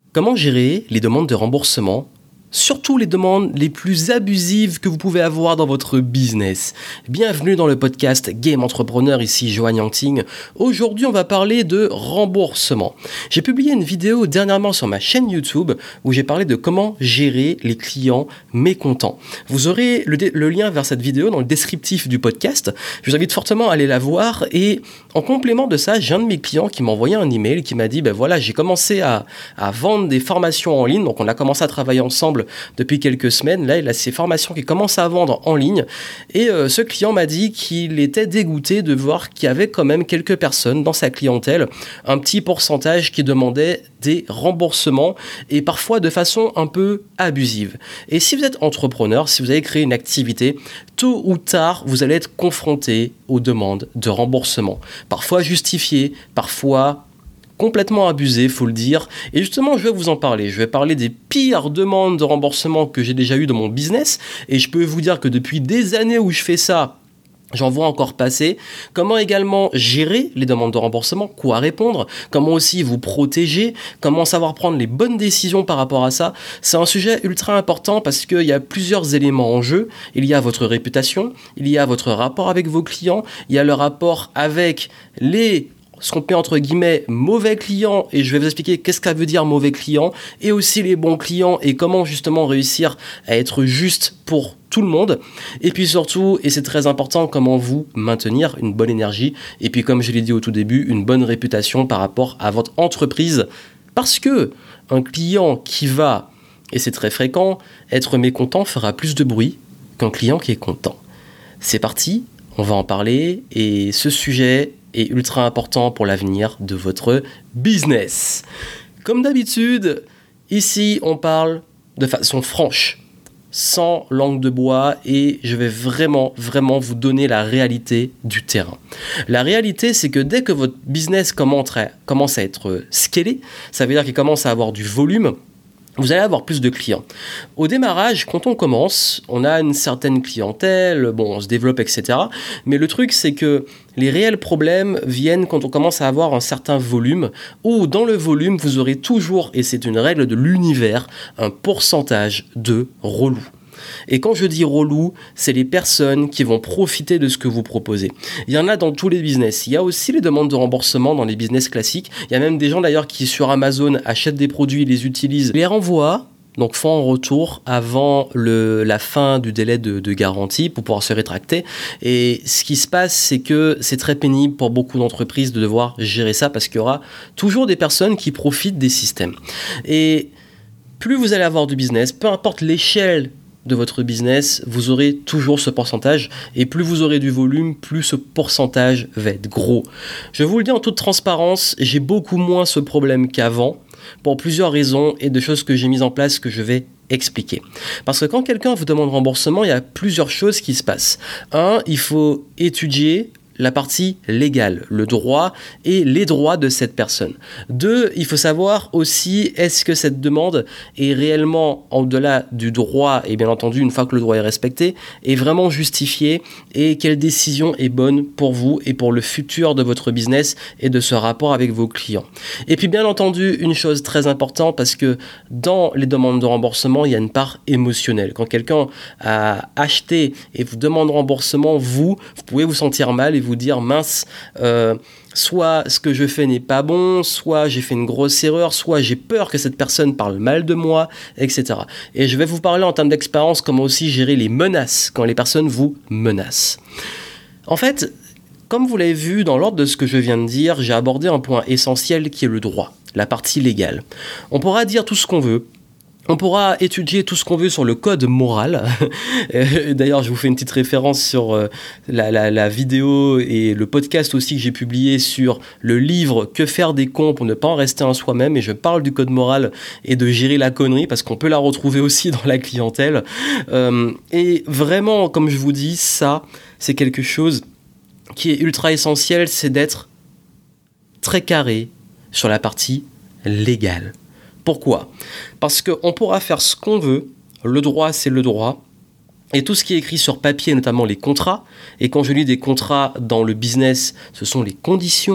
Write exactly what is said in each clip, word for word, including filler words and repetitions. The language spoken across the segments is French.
Comment gérer les demandes de remboursement, surtout les demandes les plus abusives que vous pouvez avoir dans votre business? Bienvenue dans le podcast Game Entrepreneur, ici Johan Yangting. Aujourd'hui, on va parler de remboursement. J'ai publié une vidéo dernièrement sur ma chaîne YouTube où j'ai parlé de comment gérer les clients mécontents. Vous aurez le, dé- le lien vers cette vidéo dans le descriptif du podcast. Je vous invite fortement à aller la voir et en complément de ça, j'ai un de mes clients qui m'a envoyé un email qui m'a dit ben voilà, j'ai commencé à, à vendre des formations en ligne, donc on a commencé à travailler ensemble depuis quelques semaines. Là, il a ses formations qui commencent à vendre en ligne. Et euh, ce client m'a dit qu'il était dégoûté de voir qu'il y avait quand même quelques personnes dans sa clientèle, un petit pourcentage qui demandait des remboursements et parfois de façon un peu abusive. Et si vous êtes entrepreneur, si vous avez créé une activité, tôt ou tard, vous allez être confronté aux demandes de remboursement. Parfois justifiées, parfois complètement abusé, faut le dire. Et justement, je vais vous en parler. Je vais parler des pires demandes de remboursement que j'ai déjà eues dans mon business. Et je peux vous dire que depuis des années où je fais ça, j'en vois encore passer. Comment également gérer les demandes de remboursement, quoi répondre, comment aussi vous protéger, comment savoir prendre les bonnes décisions par rapport à ça. C'est un sujet ultra important parce qu'il y a plusieurs éléments en jeu. Il y a votre réputation, il y a votre rapport avec vos clients, il y a le rapport avec les ce qu'on peut entre guillemets mauvais clients, et je vais vous expliquer qu'est-ce que ça veut dire mauvais client, et aussi les bons clients et comment justement réussir à être juste pour tout le monde. Et puis surtout, et c'est très important, comment vous maintenir une bonne énergie, et puis comme je l'ai dit au tout début, une bonne réputation par rapport à votre entreprise. Parce que un client qui va, et c'est très fréquent, être mécontent fera plus de bruit qu'un client qui est content. C'est parti, on va en parler, et ce sujet est ultra important pour l'avenir de votre business. Comme d'habitude, ici on parle de façon franche, sans langue de bois, et je vais vraiment, vraiment vous donner la réalité du terrain. La réalité, c'est que dès que votre business commence à, commence à être scalé, ça veut dire qu'il commence à avoir du volume, vous allez avoir plus de clients. Au démarrage, quand on commence, on a une certaine clientèle, bon, on se développe, et cetera. Mais le truc, c'est que les réels problèmes viennent quand on commence à avoir un certain volume, où dans le volume, vous aurez toujours, et c'est une règle de l'univers, un pourcentage de relous. Et quand je dis relou, c'est les personnes qui vont profiter de ce que vous proposez. Il y en a dans tous les business. Il y a aussi les demandes de remboursement dans les business classiques. Il y a même des gens d'ailleurs qui sur Amazon achètent des produits, les utilisent, les renvoient, donc font en retour avant le, la fin du délai de, de garantie pour pouvoir se rétracter. Et ce qui se passe, c'est que c'est très pénible pour beaucoup d'entreprises de devoir gérer ça parce qu'il y aura toujours des personnes qui profitent des systèmes. Et plus vous allez avoir du business, peu importe l'échelle de votre business, vous aurez toujours ce pourcentage, et plus vous aurez du volume, plus ce pourcentage va être gros. Je vous le dis en toute transparence, j'ai beaucoup moins ce problème qu'avant, pour plusieurs raisons et de choses que j'ai mises en place que je vais expliquer. Parce que quand quelqu'un vous demande remboursement, il y a plusieurs choses qui se passent. Un, il faut étudier la partie légale, le droit et les droits de cette personne. Deux, il faut savoir aussi, est-ce que cette demande est réellement en-delà du droit, et bien entendu, une fois que le droit est respecté, est vraiment justifiée, et quelle décision est bonne pour vous et pour le futur de votre business et de ce rapport avec vos clients. Et puis bien entendu, une chose très importante, parce que dans les demandes de remboursement, il y a une part émotionnelle. Quand quelqu'un a acheté et vous demande remboursement, vous, vous pouvez vous sentir mal et vous vous dire mince, euh, soit ce que je fais n'est pas bon, soit j'ai fait une grosse erreur, soit j'ai peur que cette personne parle mal de moi, et cetera. Et je vais vous parler en termes d'expérience comment aussi gérer les menaces quand les personnes vous menacent. En fait, comme vous l'avez vu dans l'ordre de ce que je viens de dire, j'ai abordé un point essentiel qui est le droit, la partie légale. On pourra dire tout ce qu'on veut. On pourra étudier tout ce qu'on veut sur le code moral. D'ailleurs, je vous fais une petite référence sur euh, la, la, la vidéo et le podcast aussi que j'ai publié sur le livre « Que faire des cons pour ne pas en rester un soi-même ». Et je parle du code moral et de gérer la connerie parce qu'on peut la retrouver aussi dans la clientèle. Euh, et vraiment, comme je vous dis, ça, c'est quelque chose qui est ultra essentiel, c'est d'être très carré sur la partie légale. Pourquoi ? Parce qu'on pourra faire ce qu'on veut, le droit c'est le droit, et tout ce qui est écrit sur papier, notamment les contrats, et quand je lis des contrats dans le business, ce sont les conditions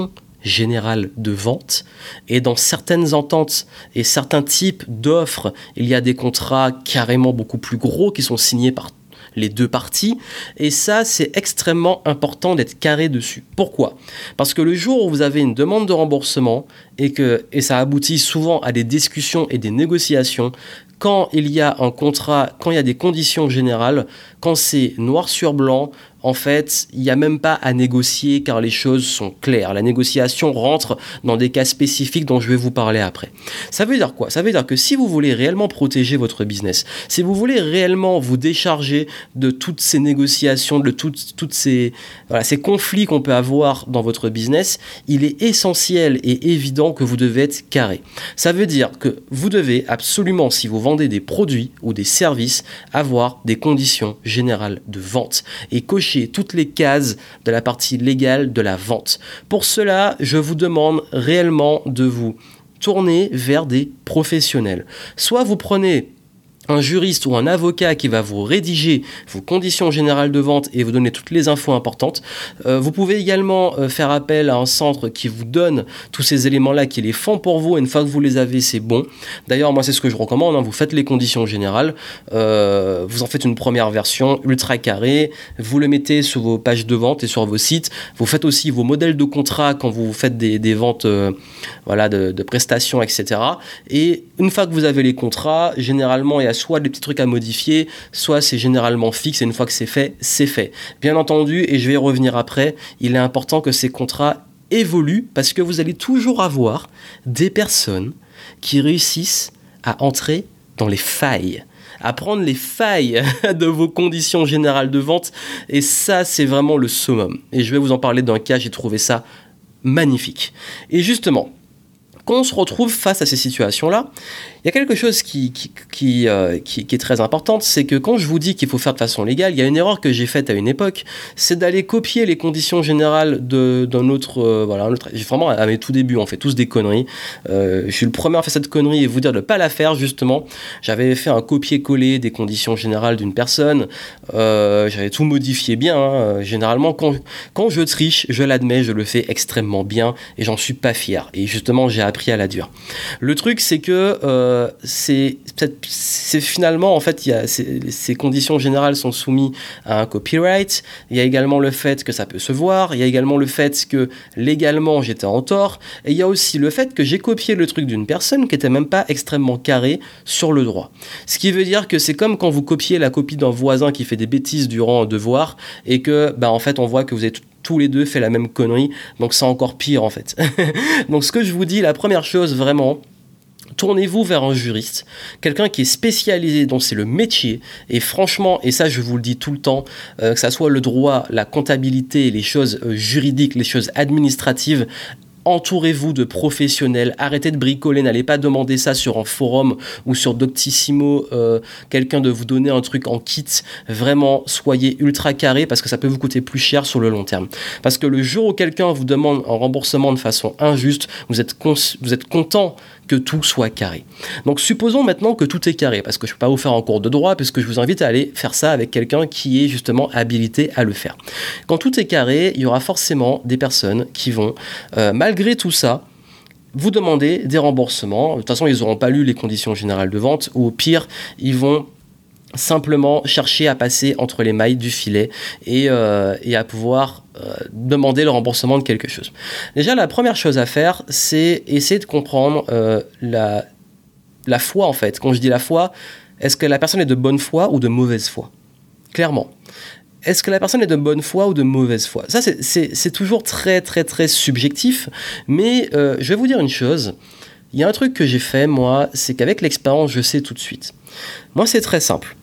générale de vente. Et dans certaines ententes et certains types d'offres, il y a des contrats carrément beaucoup plus gros qui sont signés par les deux parties, et ça c'est extrêmement important d'être carré dessus. Pourquoi ? Parce que le jour où vous avez une demande de remboursement et que et ça aboutit souvent à des discussions et des négociations, quand il y a un contrat, quand il y a des conditions générales, quand c'est noir sur blanc, en fait, il n'y a même pas à négocier car les choses sont claires. La négociation rentre dans des cas spécifiques dont je vais vous parler après. Ça veut dire quoi ? Ça veut dire que si vous voulez réellement protéger votre business, si vous voulez réellement vous décharger de toutes ces négociations, de toutes, toutes ces, voilà, ces conflits qu'on peut avoir dans votre business, il est essentiel et évident que vous devez être carré. Ça veut dire que vous devez absolument, si vous vendez des produits ou des services, avoir des conditions générales de vente et cocher toutes les cases de la partie légale de la vente. Pour cela, je vous demande réellement de vous tourner vers des professionnels. Soit vous prenez un juriste ou un avocat qui va vous rédiger vos conditions générales de vente et vous donner toutes les infos importantes. Euh, vous pouvez également euh, faire appel à un centre qui vous donne tous ces éléments-là, qui les font pour vous, et une fois que vous les avez, c'est bon. D'ailleurs, moi, c'est ce que je recommande, hein. Vous faites les conditions générales, euh, vous en faites une première version ultra carrée, vous le mettez sur vos pages de vente et sur vos sites. Vous faites aussi vos modèles de contrat quand vous faites des, des ventes euh, voilà, de, de prestations, et cetera. Et une fois que vous avez les contrats, généralement, il y a soit des petits trucs à modifier, soit c'est généralement fixe et une fois que c'est fait, c'est fait. Bien entendu, et je vais y revenir après, il est important que ces contrats évoluent parce que vous allez toujours avoir des personnes qui réussissent à entrer dans les failles, à prendre les failles de vos conditions générales de vente, et ça, c'est vraiment le summum. Et je vais vous en parler d'un cas, j'ai trouvé ça magnifique. Et justement, quand on se retrouve face à ces situations-là, il y a quelque chose qui, qui, qui, euh, qui, qui est très importante, c'est que quand je vous dis qu'il faut faire de façon légale, il y a une erreur que j'ai faite à une époque, c'est d'aller copier les conditions générales de, d'un autre... Euh, voilà, un autre vraiment, à mes tout débuts, on fait tous des conneries. Euh, je suis le premier à faire cette connerie et vous dire de ne pas la faire, justement. J'avais fait un copier-coller des conditions générales d'une personne, euh, j'avais tout modifié bien. Hein. Généralement, quand, quand je triche, je l'admets, je le fais extrêmement bien et j'en suis pas fier. Et justement, j'ai appris à la dure. Le truc, c'est que... Euh, C'est, c'est finalement, en fait, il y a, ces conditions générales sont soumises à un copyright. Il y a également le fait que ça peut se voir. Il y a également le fait que légalement, j'étais en tort. Et il y a aussi le fait que j'ai copié le truc d'une personne qui n'était même pas extrêmement carrée sur le droit. Ce qui veut dire que c'est comme quand vous copiez la copie d'un voisin qui fait des bêtises durant un devoir et que, bah, en fait, on voit que vous êtes tous les deux fait la même connerie. Donc, c'est encore pire, en fait. Donc, ce que je vous dis, la première chose, vraiment... Tournez-vous vers un juriste, quelqu'un qui est spécialisé, dont c'est le métier, et franchement, et ça je vous le dis tout le temps, euh, que ça soit le droit, la comptabilité, les choses euh, juridiques, les choses administratives, entourez-vous de professionnels, arrêtez de bricoler, n'allez pas demander ça sur un forum ou sur Doctissimo, euh, quelqu'un de vous donner un truc en kit. Vraiment, soyez ultra carré parce que ça peut vous coûter plus cher sur le long terme. Parce que le jour où quelqu'un vous demande un remboursement de façon injuste, vous êtes, cons- vous êtes content que tout soit carré. Donc supposons maintenant que tout est carré, parce que je ne peux pas vous faire en cours de droit, puisque je vous invite à aller faire ça avec quelqu'un qui est justement habilité à le faire. Quand tout est carré, il y aura forcément des personnes qui vont, euh, malgré tout ça, vous demander des remboursements. De toute façon, ils n'auront pas lu les conditions générales de vente, ou au pire, ils vont simplement chercher à passer entre les mailles du filet et, euh, et à pouvoir euh, demander le remboursement de quelque chose. Déjà, la première chose à faire, c'est essayer de comprendre euh, la, la foi, en fait. Quand je dis la foi, est-ce que la personne est de bonne foi ou de mauvaise foi ? Clairement. Est-ce que la personne est de bonne foi ou de mauvaise foi ? Ça, c'est, c'est, c'est toujours très, très, très subjectif, mais euh, je vais vous dire une chose. Il y a un truc que j'ai fait, moi, c'est qu'avec l'expérience, je sais tout de suite. Moi, c'est très simple.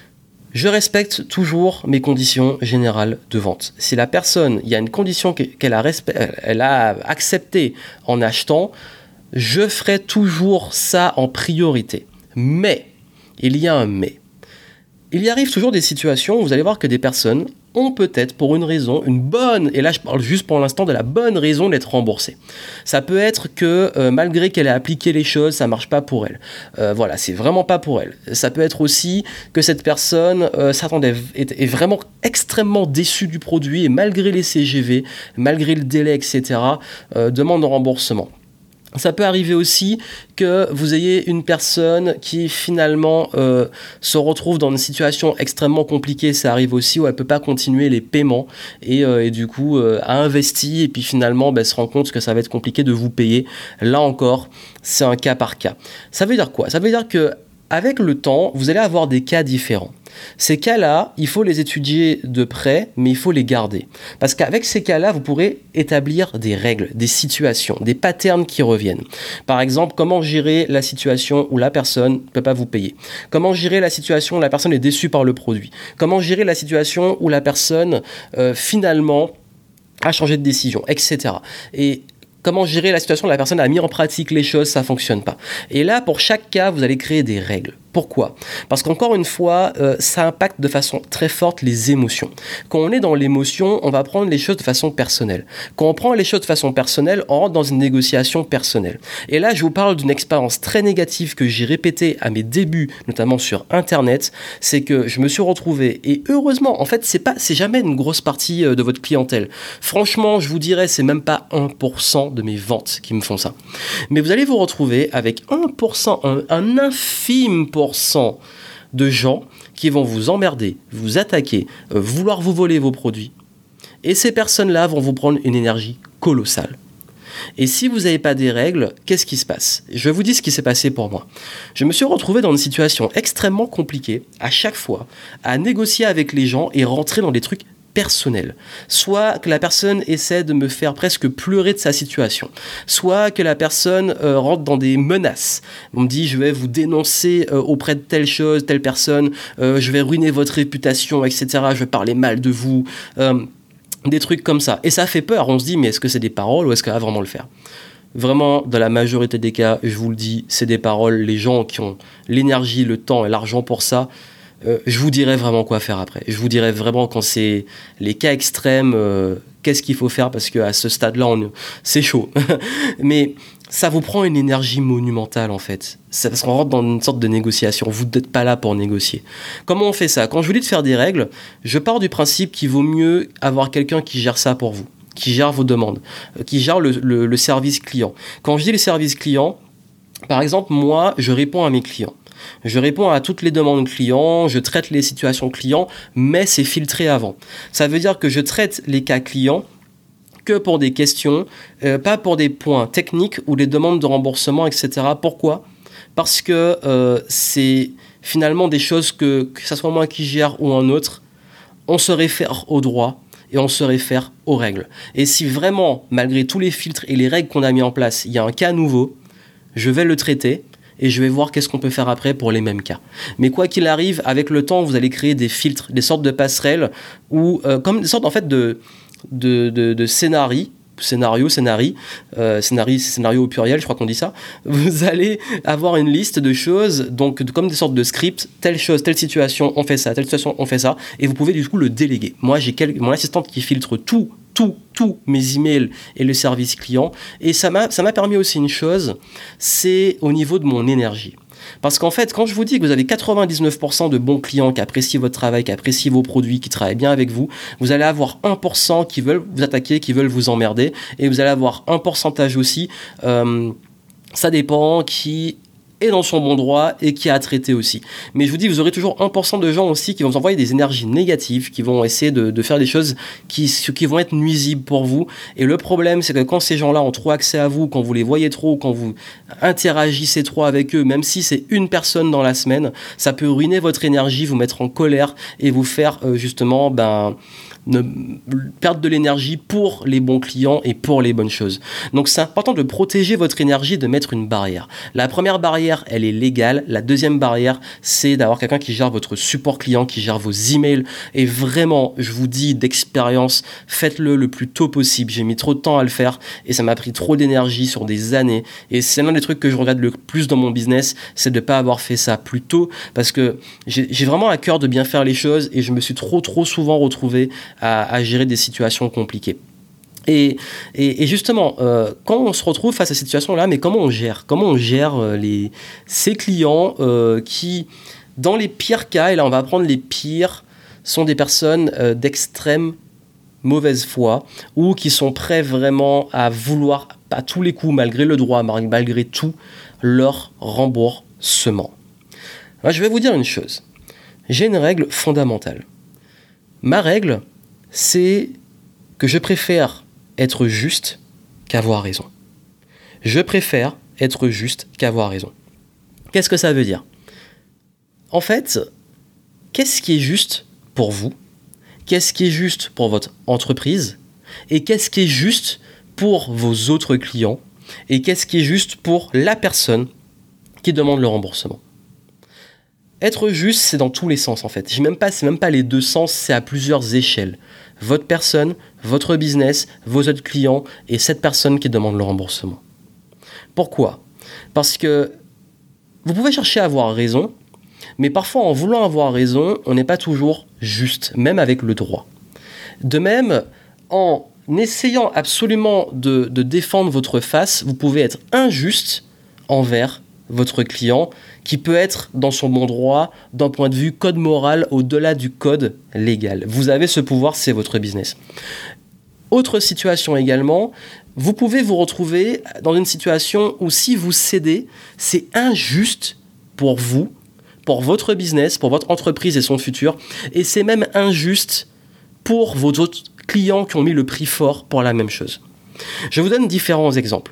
Je respecte toujours mes conditions générales de vente. Si la personne, il y a une condition qu'elle a, respe- elle a acceptée en achetant, je ferai toujours ça en priorité. Mais, il y a un mais. Il y arrive toujours des situations où vous allez voir que des personnes ont peut-être pour une raison, une bonne, et là je parle juste pour l'instant de la bonne raison d'être remboursée. Ça peut être que euh, malgré qu'elle ait appliqué les choses, ça marche pas pour elle. Euh, voilà, c'est vraiment pas pour elle. Ça peut être aussi que cette personne euh, s'attendait, est, est vraiment extrêmement déçue du produit et malgré les C G V, malgré le délai, et cetera, euh, demande un remboursement. Ça peut arriver aussi que vous ayez une personne qui finalement euh, se retrouve dans une situation extrêmement compliquée, ça arrive aussi, où elle ne peut pas continuer les paiements et, euh, et du coup euh, a investi et puis finalement bah, se rend compte que ça va être compliqué de vous payer. Là encore, c'est un cas par cas. Ça veut dire quoi ? Ça veut dire que avec le temps, vous allez avoir des cas différents. Ces cas-là, il faut les étudier de près, mais il faut les garder. Parce qu'avec ces cas-là, vous pourrez établir des règles, des situations, des patterns qui reviennent. Par exemple, comment gérer la situation où la personne ne peut pas vous payer ? Comment gérer la situation où la personne est déçue par le produit ? Comment gérer la situation où la personne, euh, finalement, a changé de décision, et cetera. Et comment gérer la situation où la personne a mis en pratique les choses, ça ne fonctionne pas. Et là, pour chaque cas, vous allez créer des règles. Pourquoi ? Parce qu'encore une fois, euh, ça impacte de façon très forte les émotions. Quand on est dans l'émotion, on va prendre les choses de façon personnelle. Quand on prend les choses de façon personnelle, on rentre dans une négociation personnelle. Et là, je vous parle d'une expérience très négative que j'ai répétée à mes débuts, notamment sur Internet, c'est que je me suis retrouvé, et heureusement, en fait, c'est pas, c'est jamais une grosse partie de votre clientèle. Franchement, je vous dirais, c'est même pas un pour cent de mes ventes qui me font ça. Mais vous allez vous retrouver avec un pour cent, un, un infime pour cent de gens qui vont vous emmerder, vous attaquer, euh, vouloir vous voler vos produits. Et ces personnes-là vont vous prendre une énergie colossale. Et si vous n'avez pas des règles, qu'est-ce qui se passe ? Je vous dis ce qui s'est passé pour moi. Je me suis retrouvé dans une situation extrêmement compliquée, à chaque fois, à négocier avec les gens et rentrer dans des trucs personnel, soit que la personne essaie de me faire presque pleurer de sa situation, soit que la personne euh, rentre dans des menaces. On me dit je vais vous dénoncer euh, auprès de telle chose, telle personne, euh, je vais ruiner votre réputation, et cetera. Je vais parler mal de vous, euh, des trucs comme ça. Et ça fait peur, on se dit mais est-ce que c'est des paroles ou est-ce qu'elle va vraiment le faire ? Vraiment, dans la majorité des cas, je vous le dis, c'est des paroles. Les gens qui ont l'énergie, le temps et l'argent pour ça, Euh, je vous dirai vraiment quoi faire après. Je vous dirai vraiment quand c'est les cas extrêmes, euh, qu'est-ce qu'il faut faire parce qu'à ce stade-là, on, c'est chaud. Mais ça vous prend une énergie monumentale en fait. C'est parce qu'on rentre dans une sorte de négociation. Vous n'êtes pas là pour négocier. Comment on fait ça ? Quand je vous dis de faire des règles, je pars du principe qu'il vaut mieux avoir quelqu'un qui gère ça pour vous, qui gère vos demandes, qui gère le, le, le service client. Quand je dis le service client, par exemple, moi, je réponds à mes clients. Je réponds à toutes les demandes clients, je traite les situations clients, mais c'est filtré avant. Ça veut dire que je traite les cas clients que pour des questions, euh, pas pour des points techniques ou des demandes de remboursement, et cetera. Pourquoi ? Parce que euh, c'est finalement des choses que, que ce soit moi qui gère ou un autre, on se réfère au droit et on se réfère aux règles. Et si vraiment, malgré tous les filtres et les règles qu'on a mis en place, il y a un cas nouveau, je vais le traiter et je vais voir qu'est-ce qu'on peut faire après pour les mêmes cas. Mais quoi qu'il arrive, avec le temps, vous allez créer des filtres, des sortes de passerelles, ou euh, comme des sortes en fait de, de, de, de scénarios, scénario, scénarii, euh, scénarii, scénario au pluriel, je crois qu'on dit ça. Vous allez avoir une liste de choses, donc comme des sortes de scripts, telle chose, telle situation, on fait ça, telle situation, on fait ça, et vous pouvez du coup le déléguer. Moi, j'ai quelques, mon assistante qui filtre tout, tout, tous mes emails et le service client, et ça m'a, ça m'a permis aussi une chose, c'est au niveau de mon énergie. Parce qu'en fait, quand je vous dis que vous avez quatre-vingt-dix-neuf pour cent de bons clients qui apprécient votre travail, qui apprécient vos produits, qui travaillent bien avec vous, vous allez avoir un pour cent qui veulent vous attaquer, qui veulent vous emmerder, et vous allez avoir un pourcentage aussi, euh, ça dépend, qui est dans son bon droit et qui a à traiter aussi. Mais je vous dis, vous aurez toujours un pour cent de gens aussi qui vont vous envoyer des énergies négatives, qui vont essayer de, de faire des choses qui, qui vont être nuisibles pour vous. Et le problème, c'est que quand ces gens-là ont trop accès à vous, quand vous les voyez trop, quand vous interagissez trop avec eux, même si c'est une personne dans la semaine, ça peut ruiner votre énergie, vous mettre en colère et vous faire euh, justement ben, ne perdre de l'énergie pour les bons clients et pour les bonnes choses. Donc c'est important de protéger votre énergie, de mettre une barrière. La première barrière, elle est légale. La deuxième barrière, c'est d'avoir quelqu'un qui gère votre support client, qui gère vos emails. Et vraiment, je vous dis d'expérience, faites-le le plus tôt possible. J'ai mis trop de temps à le faire et ça m'a pris trop d'énergie sur des années. Et c'est l'un des trucs que je regrette le plus dans mon business, c'est de ne pas avoir fait ça plus tôt, parce que j'ai, j'ai vraiment à cœur de bien faire les choses et je me suis trop trop souvent retrouvé à, à gérer des situations compliquées. Et, et, et justement, euh, quand on se retrouve face à cette situation-là, mais comment on gère Comment on gère euh, les, ces clients euh, qui, dans les pires cas, et là on va prendre les pires, sont des personnes euh, d'extrême mauvaise foi ou qui sont prêts vraiment à vouloir à tous les coups, malgré le droit, malgré tout, leur remboursement. Alors, je vais vous dire une chose. J'ai une règle fondamentale. Ma règle, c'est que je préfère être juste qu'avoir raison. Je préfère être juste qu'avoir raison. Qu'est-ce que ça veut dire ? En fait, qu'est-ce qui est juste pour vous ? Qu'est-ce qui est juste pour votre entreprise ? Et qu'est-ce qui est juste pour vos autres clients ? Et qu'est-ce qui est juste pour la personne qui demande le remboursement ? Être juste, c'est dans tous les sens en fait. J'ai même pas, c'est même pas les deux sens, c'est à plusieurs échelles. Votre personne, votre business, vos autres clients et cette personne qui demande le remboursement. Pourquoi ? Parce que vous pouvez chercher à avoir raison, mais parfois en voulant avoir raison, on n'est pas toujours juste, même avec le droit. De même, en essayant absolument de, de défendre votre face, vous pouvez être injuste envers votre client, qui peut être dans son bon droit d'un point de vue code moral au-delà du code légal. Vous avez ce pouvoir, c'est votre business. Autre situation également, vous pouvez vous retrouver dans une situation où si vous cédez, c'est injuste pour vous, pour votre business, pour votre entreprise et son futur, et c'est même injuste pour vos autres clients qui ont mis le prix fort pour la même chose. Je vous donne différents exemples.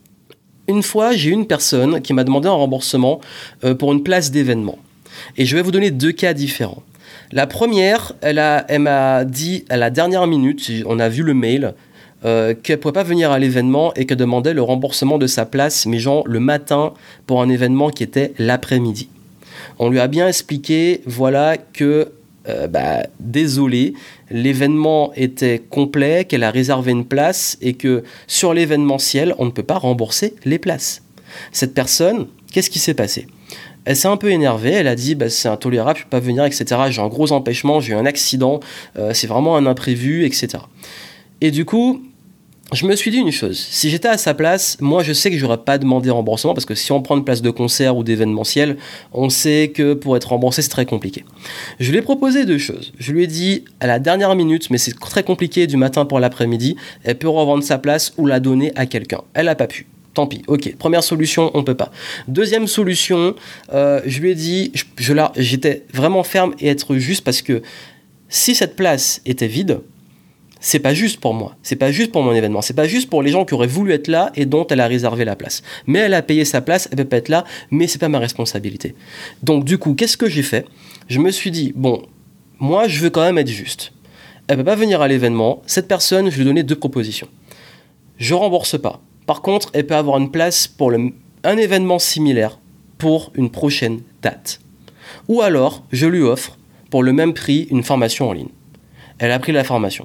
Une fois, j'ai une personne qui m'a demandé un remboursement euh, pour une place d'événement. Et je vais vous donner deux cas différents. La première, elle, a, elle m'a dit à la dernière minute, on a vu le mail, euh, qu'elle ne pouvait pas venir à l'événement et qu'elle demandait le remboursement de sa place, mais genre le matin, pour un événement qui était l'après-midi. On lui a bien expliqué, voilà, que Euh, bah, désolé, l'événement était complet, qu'elle a réservé une place et que sur l'événementiel, on ne peut pas rembourser les places. Cette personne, qu'est-ce qui s'est passé ? Elle s'est un peu énervée, elle a dit bah, c'est intolérable, je ne peux pas venir, et cetera. J'ai un gros empêchement, j'ai eu un accident, euh, c'est vraiment un imprévu, et cetera. Et du coup, je me suis dit une chose, si j'étais à sa place, moi je sais que je n'aurais pas demandé remboursement parce que si on prend une place de concert ou d'événementiel, on sait que pour être remboursé c'est très compliqué. Je lui ai proposé deux choses. Je lui ai dit à la dernière minute, mais c'est très compliqué du matin pour l'après-midi, elle peut revendre sa place ou la donner à quelqu'un. Elle n'a pas pu. Tant pis, ok. Première solution, on ne peut pas. Deuxième solution, euh, je lui ai dit, je, je la, j'étais vraiment ferme et être juste parce que si cette place était vide, c'est pas juste pour moi, c'est pas juste pour mon événement, c'est pas juste pour les gens qui auraient voulu être là et dont elle a réservé la place. Mais elle a payé sa place, elle peut pas être là, mais c'est pas ma responsabilité. Donc du coup, qu'est-ce que j'ai fait ? Je me suis dit, bon, moi je veux quand même être juste. Elle peut pas venir à l'événement, cette personne, je lui ai donné deux propositions. Je rembourse pas. Par contre, elle peut avoir une place pour le, un événement similaire pour une prochaine date. Ou alors, je lui offre pour le même prix une formation en ligne. Elle a pris la formation.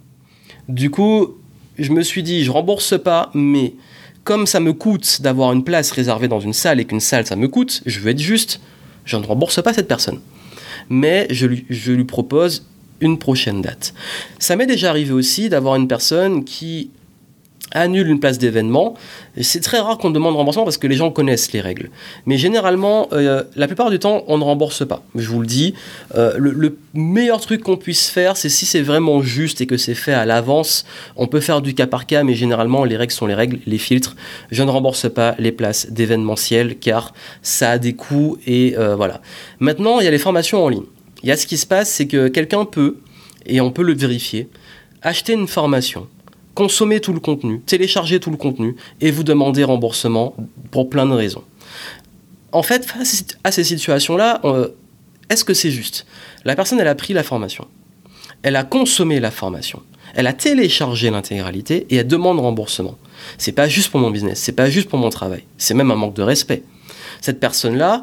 Du coup, je me suis dit, je rembourse pas, mais comme ça me coûte d'avoir une place réservée dans une salle et qu'une salle, ça me coûte, je veux être juste, je ne rembourse pas cette personne. Mais je lui, je lui propose une prochaine date. Ça m'est déjà arrivé aussi d'avoir une personne qui annule une place d'événement. Et c'est très rare qu'on demande remboursement parce que les gens connaissent les règles. Mais généralement, euh, la plupart du temps, on ne rembourse pas. Je vous le dis, euh, le, le meilleur truc qu'on puisse faire, c'est si c'est vraiment juste et que c'est fait à l'avance, on peut faire du cas par cas, mais généralement, les règles sont les règles, les filtres. Je ne rembourse pas les places d'événementiel car ça a des coûts et euh, voilà. Maintenant, il y a les formations en ligne. Il y a ce qui se passe, c'est que quelqu'un peut, et on peut le vérifier, acheter une formation, consommer tout le contenu, télécharger tout le contenu et vous demander remboursement pour plein de raisons. En fait, face à ces situations-là, euh, est-ce que c'est juste ? La personne, elle a pris la formation. elle a consommé la formation, elle a téléchargé l'intégralité et elle demande remboursement. C'est pas juste pour mon business, c'est pas juste pour mon travail, c'est même un manque de respect. Cette personne-là,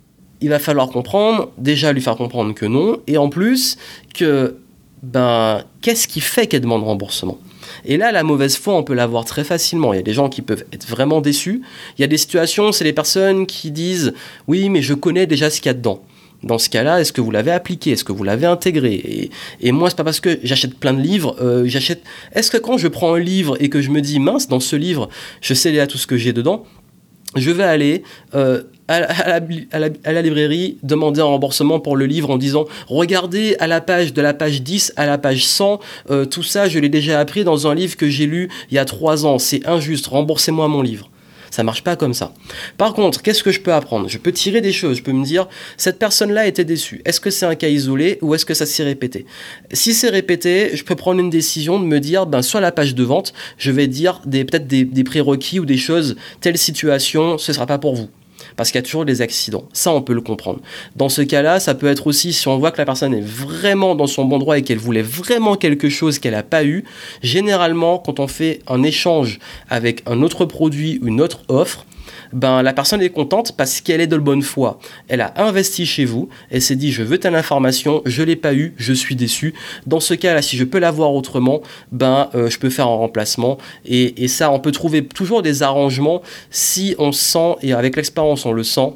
il va falloir comprendre, déjà lui faire comprendre que non, et en plus que, ben, qu'est-ce qui fait qu'elle demande remboursement ? Et là, la mauvaise foi, on peut l'avoir très facilement. Il y a des gens qui peuvent être vraiment déçus. Il y a des situations, c'est les personnes qui disent « Oui, mais je connais déjà ce qu'il y a dedans ». Dans ce cas-là, est-ce que vous l'avez appliqué ? Est-ce que vous l'avez intégré ? et, et moi, c'est pas parce que j'achète plein de livres, euh, j'achète... Est-ce que quand je prends un livre et que je me dis « Mince, dans ce livre, je sais déjà tout ce que j'ai dedans », je vais aller euh, à, la, à, la, à, la, à la librairie demander un remboursement pour le livre en disant « Regardez à la page de la page dix à la page cent, euh, tout ça, je l'ai déjà appris dans un livre que j'ai lu il y a trois ans. C'est injuste, remboursez-moi mon livre. » Ça marche pas comme ça. Par contre, qu'est-ce que je peux apprendre ? Je peux tirer des choses. Je peux me dire, cette personne-là était déçue. Est-ce que c'est un cas isolé ou est-ce que ça s'est répété ? Si c'est répété, je peux prendre une décision de me dire, ben, sur la page de vente, je vais dire des, peut-être des, des prérequis ou des choses, telle situation, ce sera pas pour vous. Parce qu'il y a toujours des accidents. Ça, on peut le comprendre. Dans ce cas-là, ça peut être aussi, si on voit que la personne est vraiment dans son bon droit et qu'elle voulait vraiment quelque chose qu'elle n'a pas eu, généralement, quand on fait un échange avec un autre produit ou une autre offre, ben, la personne est contente parce qu'elle est de bonne foi. Elle a investi chez vous, elle s'est dit « je veux telle information, je ne l'ai pas eu, je suis déçu ». Dans ce cas-là, si je peux l'avoir autrement, ben, euh, je peux faire un remplacement. Et, et ça, on peut trouver toujours des arrangements si on sent, et avec l'expérience on le sent,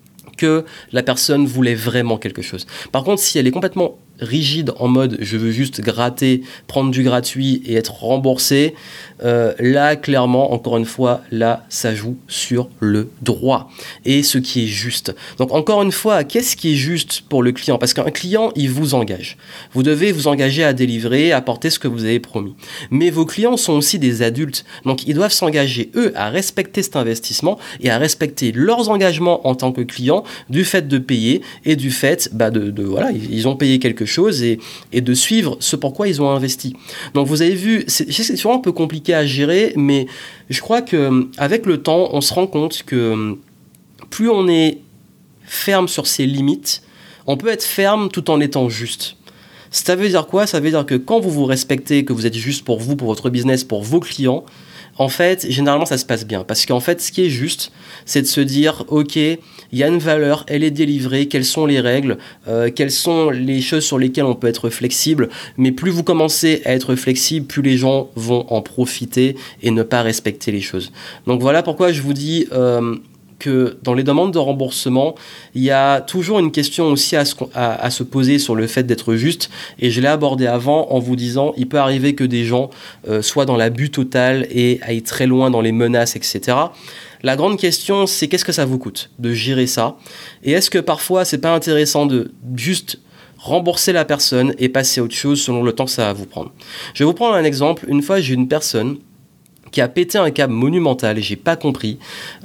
que la personne voulait vraiment quelque chose. Par contre, si elle est complètement rigide en mode je veux juste gratter, prendre du gratuit et être remboursé, euh, là clairement, encore une fois, là ça joue sur le droit et ce qui est juste. Donc encore une fois, qu'est-ce qui est juste pour le client ? Parce qu'un client, il vous engage. Vous devez vous engager à délivrer, à apporter ce que vous avez promis. Mais vos clients sont aussi des adultes, donc ils doivent s'engager eux à respecter cet investissement et à respecter leurs engagements en tant que clients du fait de payer et du fait bah, de, de voilà, ils ont payé quelque chose chose et, et de suivre ce pourquoi ils ont investi. Donc vous avez vu, c'est, c'est souvent un peu compliqué à gérer, mais je crois qu'avec le temps, on se rend compte que plus on est ferme sur ses limites, on peut être ferme tout en étant juste. Ça veut dire quoi ? Ça veut dire que quand vous vous respectez, que vous êtes juste pour vous, pour votre business, pour vos clients, en fait, généralement, ça se passe bien. Parce qu'en fait, ce qui est juste, c'est de se dire, OK, il y a une valeur, elle est délivrée, quelles sont les règles, euh, quelles sont les choses sur lesquelles on peut être flexible. Mais plus vous commencez à être flexible, plus les gens vont en profiter et ne pas respecter les choses. Donc voilà pourquoi je vous dis... Euh, que dans les demandes de remboursement, il y a toujours une question aussi à se, à, à se poser sur le fait d'être juste. Et je l'ai abordé avant en vous disant, il peut arriver que des gens euh, soient dans l'abus total et aillent très loin dans les menaces, et cetera. La grande question, c'est qu'est-ce que ça vous coûte de gérer ça ? Et est-ce que parfois, c'est pas intéressant de juste rembourser la personne et passer à autre chose selon le temps que ça va vous prendre ? Je vais vous prendre un exemple. Une fois, j'ai une personne qui a pété un câble monumental, et j'ai pas compris.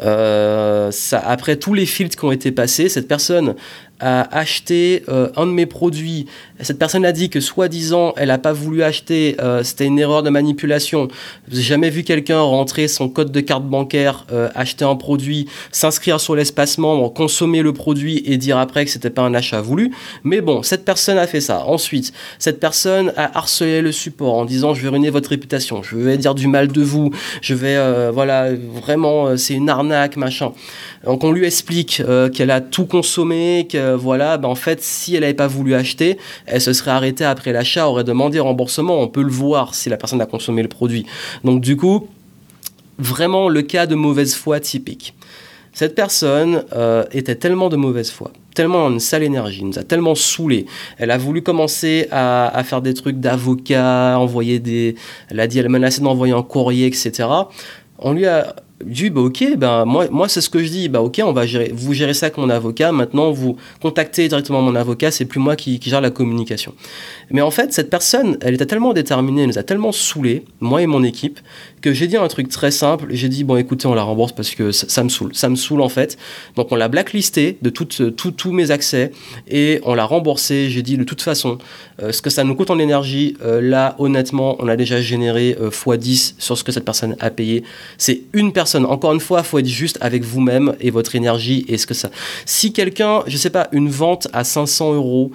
Euh, ça, après tous les filtres qui ont été passés, cette personne a acheté euh, un de mes produits. Cette personne a dit que soi-disant, elle n'a pas voulu acheter, euh, c'était une erreur de manipulation. J'ai jamais vu quelqu'un rentrer son code de carte bancaire, euh, acheter un produit, s'inscrire sur l'espace membre, consommer le produit et dire après que c'était pas un achat voulu. Mais bon, cette personne a fait ça. Ensuite, cette personne a harcelé le support en disant je vais ruiner votre réputation, je vais dire du mal de vous, je vais, euh, voilà, vraiment, euh, c'est une arnaque, machin. Donc on lui explique euh, qu'elle a tout consommé, que voilà, ben en fait, si elle n'avait pas voulu acheter, elle se serait arrêtée après l'achat, aurait demandé remboursement. On peut le voir si la personne a consommé le produit. Donc du coup, vraiment le cas de mauvaise foi typique. Cette personne euh, était tellement de mauvaise foi, tellement une sale énergie, nous a tellement saoulés. Elle a voulu commencer à, à faire des trucs d'avocat, envoyer des... Elle a dit, elle menaçait d'envoyer un courrier, et cetera. On lui a dit, bah ok, ben moi, moi c'est ce que je dis, bah ok, on va gérer, vous gérez ça avec mon avocat, maintenant vous contactez directement mon avocat, c'est plus moi qui, qui gère la communication. Mais en fait, cette personne, elle était tellement déterminée, elle nous a tellement saoulés, moi et mon équipe, que j'ai dit un truc très simple. J'ai dit, bon, écoutez, on la rembourse parce que ça, ça me saoule. Ça me saoule, en fait. Donc, on l'a blacklisté de tous tout, tout mes accès et on l'a remboursé. J'ai dit, de toute façon, euh, ce que ça nous coûte en énergie, euh, là, honnêtement, on a déjà généré euh, fois dix sur ce que cette personne a payé. C'est une personne. Encore une fois, il faut être juste avec vous-même et votre énergie et ce que ça... Si quelqu'un, je sais pas, une vente à cinq cents euros,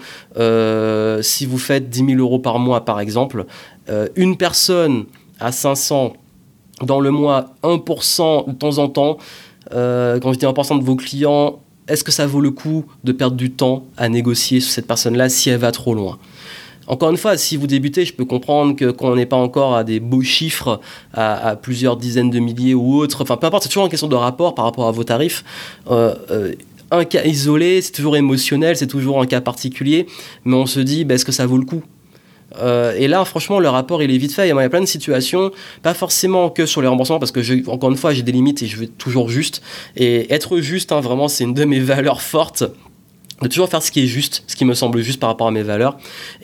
euh, si vous faites dix mille euros par mois, par exemple, euh, une personne à cinq cents dans le mois, un pour cent de temps en temps, euh, quand je dis un pour cent de vos clients, est-ce que ça vaut le coup de perdre du temps à négocier sur cette personne-là si elle va trop loin ? Encore une fois, si vous débutez, je peux comprendre que qu'on n'est pas encore à des beaux chiffres, à, à plusieurs dizaines de milliers ou autres, enfin peu importe, c'est toujours une question de rapport par rapport à vos tarifs. Euh, euh, un cas isolé, c'est toujours émotionnel, c'est toujours un cas particulier, mais on se dit, bah, est-ce que ça vaut le coup ? Euh, et là, franchement, le rapport, il est vite fait. Il y a plein de situations, pas forcément que sur les remboursements, parce que, je, encore une fois, j'ai des limites et je vais toujours juste. Et être juste, hein, vraiment, c'est une de mes valeurs fortes, de toujours faire ce qui est juste, ce qui me semble juste par rapport à mes valeurs.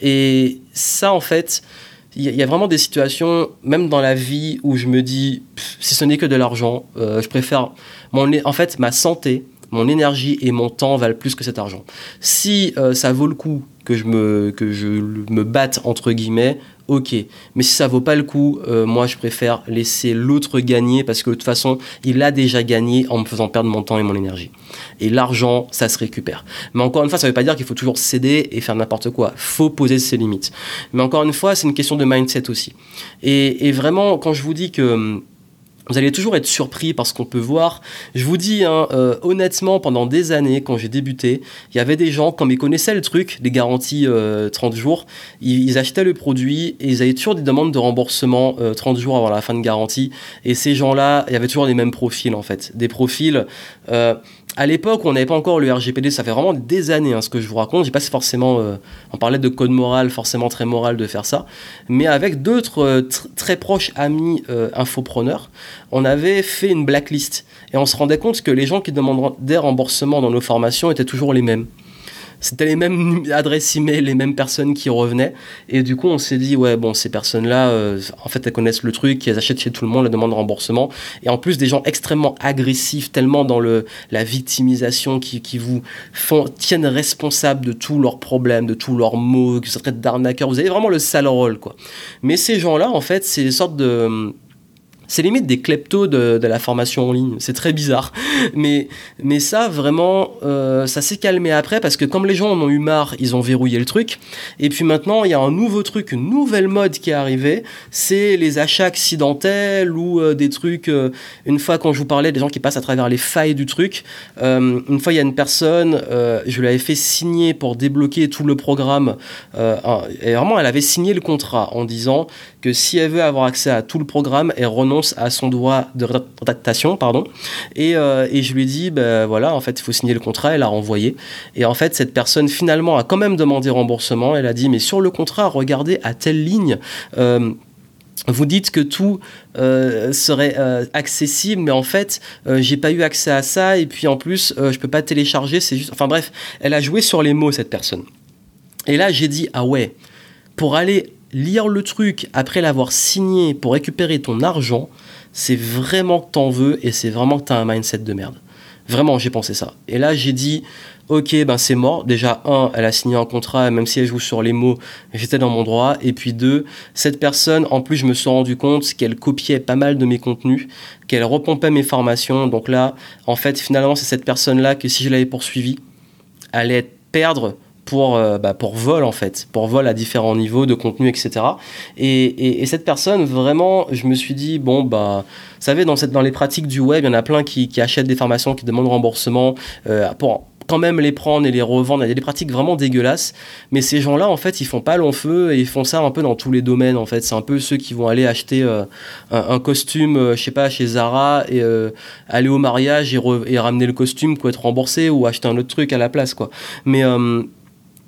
Et ça, en fait, il y, y a vraiment des situations, même dans la vie, où je me dis, pff, si ce n'est que de l'argent, euh, je préfère... Mon, en fait, ma santé, mon énergie et mon temps valent plus que cet argent. Si euh, ça vaut le coup que je me, que je me batte, entre guillemets, ok. Mais si ça vaut pas le coup, euh, moi, je préfère laisser l'autre gagner parce que de toute façon, il a déjà gagné en me faisant perdre mon temps et mon énergie. Et l'argent, ça se récupère. Mais encore une fois, ça veut pas dire qu'il faut toujours céder et faire n'importe quoi. Faut poser ses limites. Mais encore une fois, c'est une question de mindset aussi. Et, et vraiment, quand je vous dis que... vous allez toujours être surpris par ce qu'on peut voir. Je vous dis, hein, euh, honnêtement, pendant des années, quand j'ai débuté, il y avait des gens, comme ils connaissaient le truc, des garanties euh, trente jours, ils, ils achetaient le produit et ils avaient toujours des demandes de remboursement euh, trente jours avant la fin de garantie. Et ces gens-là, il y avait toujours les mêmes profils, en fait. Des profils... Euh, à l'époque où on n'avait pas encore le R G P D, ça fait vraiment des années hein, ce que je vous raconte. J'ai pas forcément, euh, on parlait de code moral, forcément très moral de faire ça, mais avec d'autres euh, tr- très proches amis euh, infopreneurs, on avait fait une blacklist et on se rendait compte que les gens qui demandaient remboursement dans nos formations étaient toujours les mêmes. C'était les mêmes adresses email, les mêmes personnes qui revenaient. Et du coup, on s'est dit, ouais, bon, ces personnes-là, euh, en fait, elles connaissent le truc, elles achètent chez tout le monde, elles demandent remboursement. Et en plus, des gens extrêmement agressifs, tellement dans le, la victimisation, qui, qui vous font, tiennent responsables de tous leurs problèmes, de tous leurs maux, qui se traitent d'arnaqueurs. Vous avez vraiment le sale rôle, quoi. Mais ces gens-là, en fait, c'est une sorte de... c'est limite des kleptos de, de la formation en ligne. C'est très bizarre. Mais, mais ça, vraiment, euh, ça s'est calmé après parce que comme les gens en ont eu marre, ils ont verrouillé le truc. Et puis maintenant, il y a un nouveau truc, une nouvelle mode qui est arrivée. C'est les achats accidentels ou euh, des trucs... Euh, une fois, quand je vous parlais des gens qui passent à travers les failles du truc, euh, une fois, il y a une personne, euh, je lui avais fait signer pour débloquer tout le programme. Euh, et vraiment, elle avait signé le contrat en disant que si elle veut avoir accès à tout le programme, elle renonce à son droit de rétractation, pardon. Et, euh, et je lui ai dit, ben voilà, en fait, il faut signer le contrat. Elle a renvoyé. Et en fait, cette personne, finalement, a quand même demandé remboursement. Elle a dit, mais sur le contrat, regardez à telle ligne, euh, vous dites que tout euh, serait euh, accessible, mais en fait, euh, j'ai pas eu accès à ça. Et puis, en plus, euh, je peux pas télécharger. C'est juste... Enfin bref, elle a joué sur les mots, cette personne. Et là, j'ai dit, ah ouais, pour aller lire le truc après l'avoir signé pour récupérer ton argent, c'est vraiment que t'en veux et c'est vraiment que t'as un mindset de merde. Vraiment, j'ai pensé ça. Et là, j'ai dit, ok, ben c'est mort. Déjà, un, elle a signé un contrat, même si elle joue sur les mots, j'étais dans mon droit. Et puis deux, cette personne, en plus, je me suis rendu compte qu'elle copiait pas mal de mes contenus, qu'elle repompait mes formations. Donc là, en fait, finalement, c'est cette personne-là que si je l'avais poursuivie, elle allait perdre pour, euh, bah, pour vol en fait, pour vol à différents niveaux de contenu, et cetera. Et, et, et cette personne, vraiment, je me suis dit, bon, bah, vous savez, dans, cette, dans les pratiques du web, il y en a plein qui, qui achètent des formations, qui demandent remboursement euh, pour quand même les prendre et les revendre. Il y a des pratiques vraiment dégueulasses, mais ces gens-là, en fait, ils font pas long feu et ils font ça un peu dans tous les domaines, en fait. C'est un peu ceux qui vont aller acheter euh, un, un costume, euh, je sais pas, chez Zara et euh, aller au mariage et, re- et ramener le costume pour être remboursé ou acheter un autre truc à la place, quoi. Mais... Euh,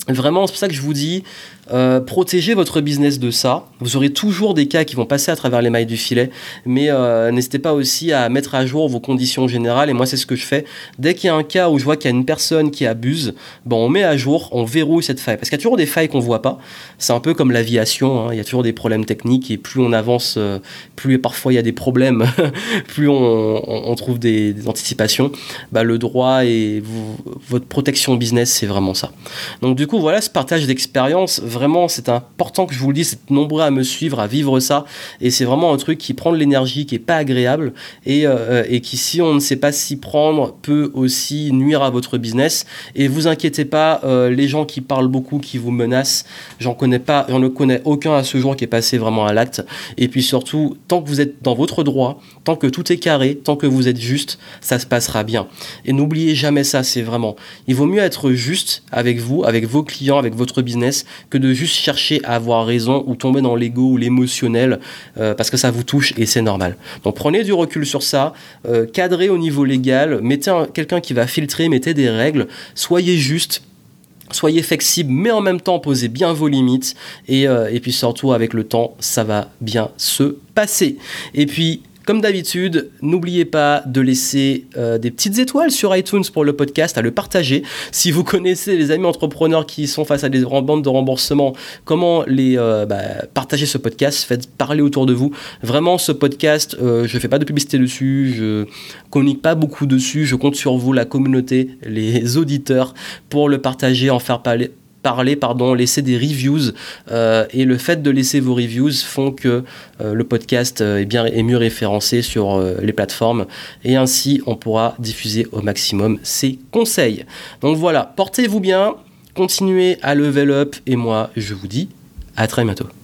Vraiment, c'est pour ça que je vous dis, euh, protégez votre business de ça. Vous aurez toujours des cas qui vont passer à travers les mailles du filet, mais euh, n'hésitez pas aussi à mettre à jour vos conditions générales. Et moi, c'est ce que je fais. Dès qu'il y a un cas où je vois qu'il y a une personne qui abuse, ben, on met à jour, on verrouille cette faille. Parce qu'il y a toujours des failles qu'on ne voit pas. C'est un peu comme l'aviation, hein. Il y a toujours des problèmes techniques et plus on avance, euh, plus parfois il y a des problèmes, plus on, on, on trouve des, des anticipations. Ben, le droit et vous, votre protection business, c'est vraiment ça. Donc du coup, voilà ce partage d'expérience. Vraiment, c'est important que je vous le dise, c'est nombreux à me suivre, à vivre ça. Et c'est vraiment un truc qui prend de l'énergie, qui n'est pas agréable et, euh, et qui, si on ne sait pas s'y prendre, peut aussi nuire à votre business. Et vous inquiétez pas, euh, les gens qui parlent beaucoup, qui vous menacent, j'en connais pas, j'en ne connais aucun à ce jour qui est passé vraiment à l'acte. Et puis surtout, tant que vous êtes dans votre droit, tant que tout est carré, tant que vous êtes juste, ça se passera bien. Et n'oubliez jamais ça, c'est vraiment, il vaut mieux être juste avec vous, avec vos clients, avec votre business, que de juste chercher à avoir raison ou tomber dans l'ego ou l'émotionnel, euh, parce que ça vous touche et c'est normal. Donc prenez du recul sur ça, euh, cadrez au niveau légal, mettez un, quelqu'un qui va filtrer, mettez des règles, soyez juste. Soyez flexible, mais en même temps, posez bien vos limites. Et, euh, et puis surtout, avec le temps, ça va bien se passer. Et puis, comme d'habitude, n'oubliez pas de laisser euh, des petites étoiles sur iTunes pour le podcast, à le partager. Si vous connaissez les amis entrepreneurs qui sont face à des bandes de remboursement, comment les euh, bah, partager ce podcast, faites parler autour de vous. Vraiment, ce podcast, euh, je ne fais pas de publicité dessus, je communique pas beaucoup dessus, je compte sur vous, la communauté, les auditeurs, pour le partager, en faire parler. parler, pardon, laisser des reviews euh, et le fait de laisser vos reviews font que euh, le podcast euh, est bien est mieux référencé sur euh, les plateformes et ainsi on pourra diffuser au maximum ces conseils. Donc voilà, portez-vous bien, continuez à level up et moi je vous dis à très bientôt.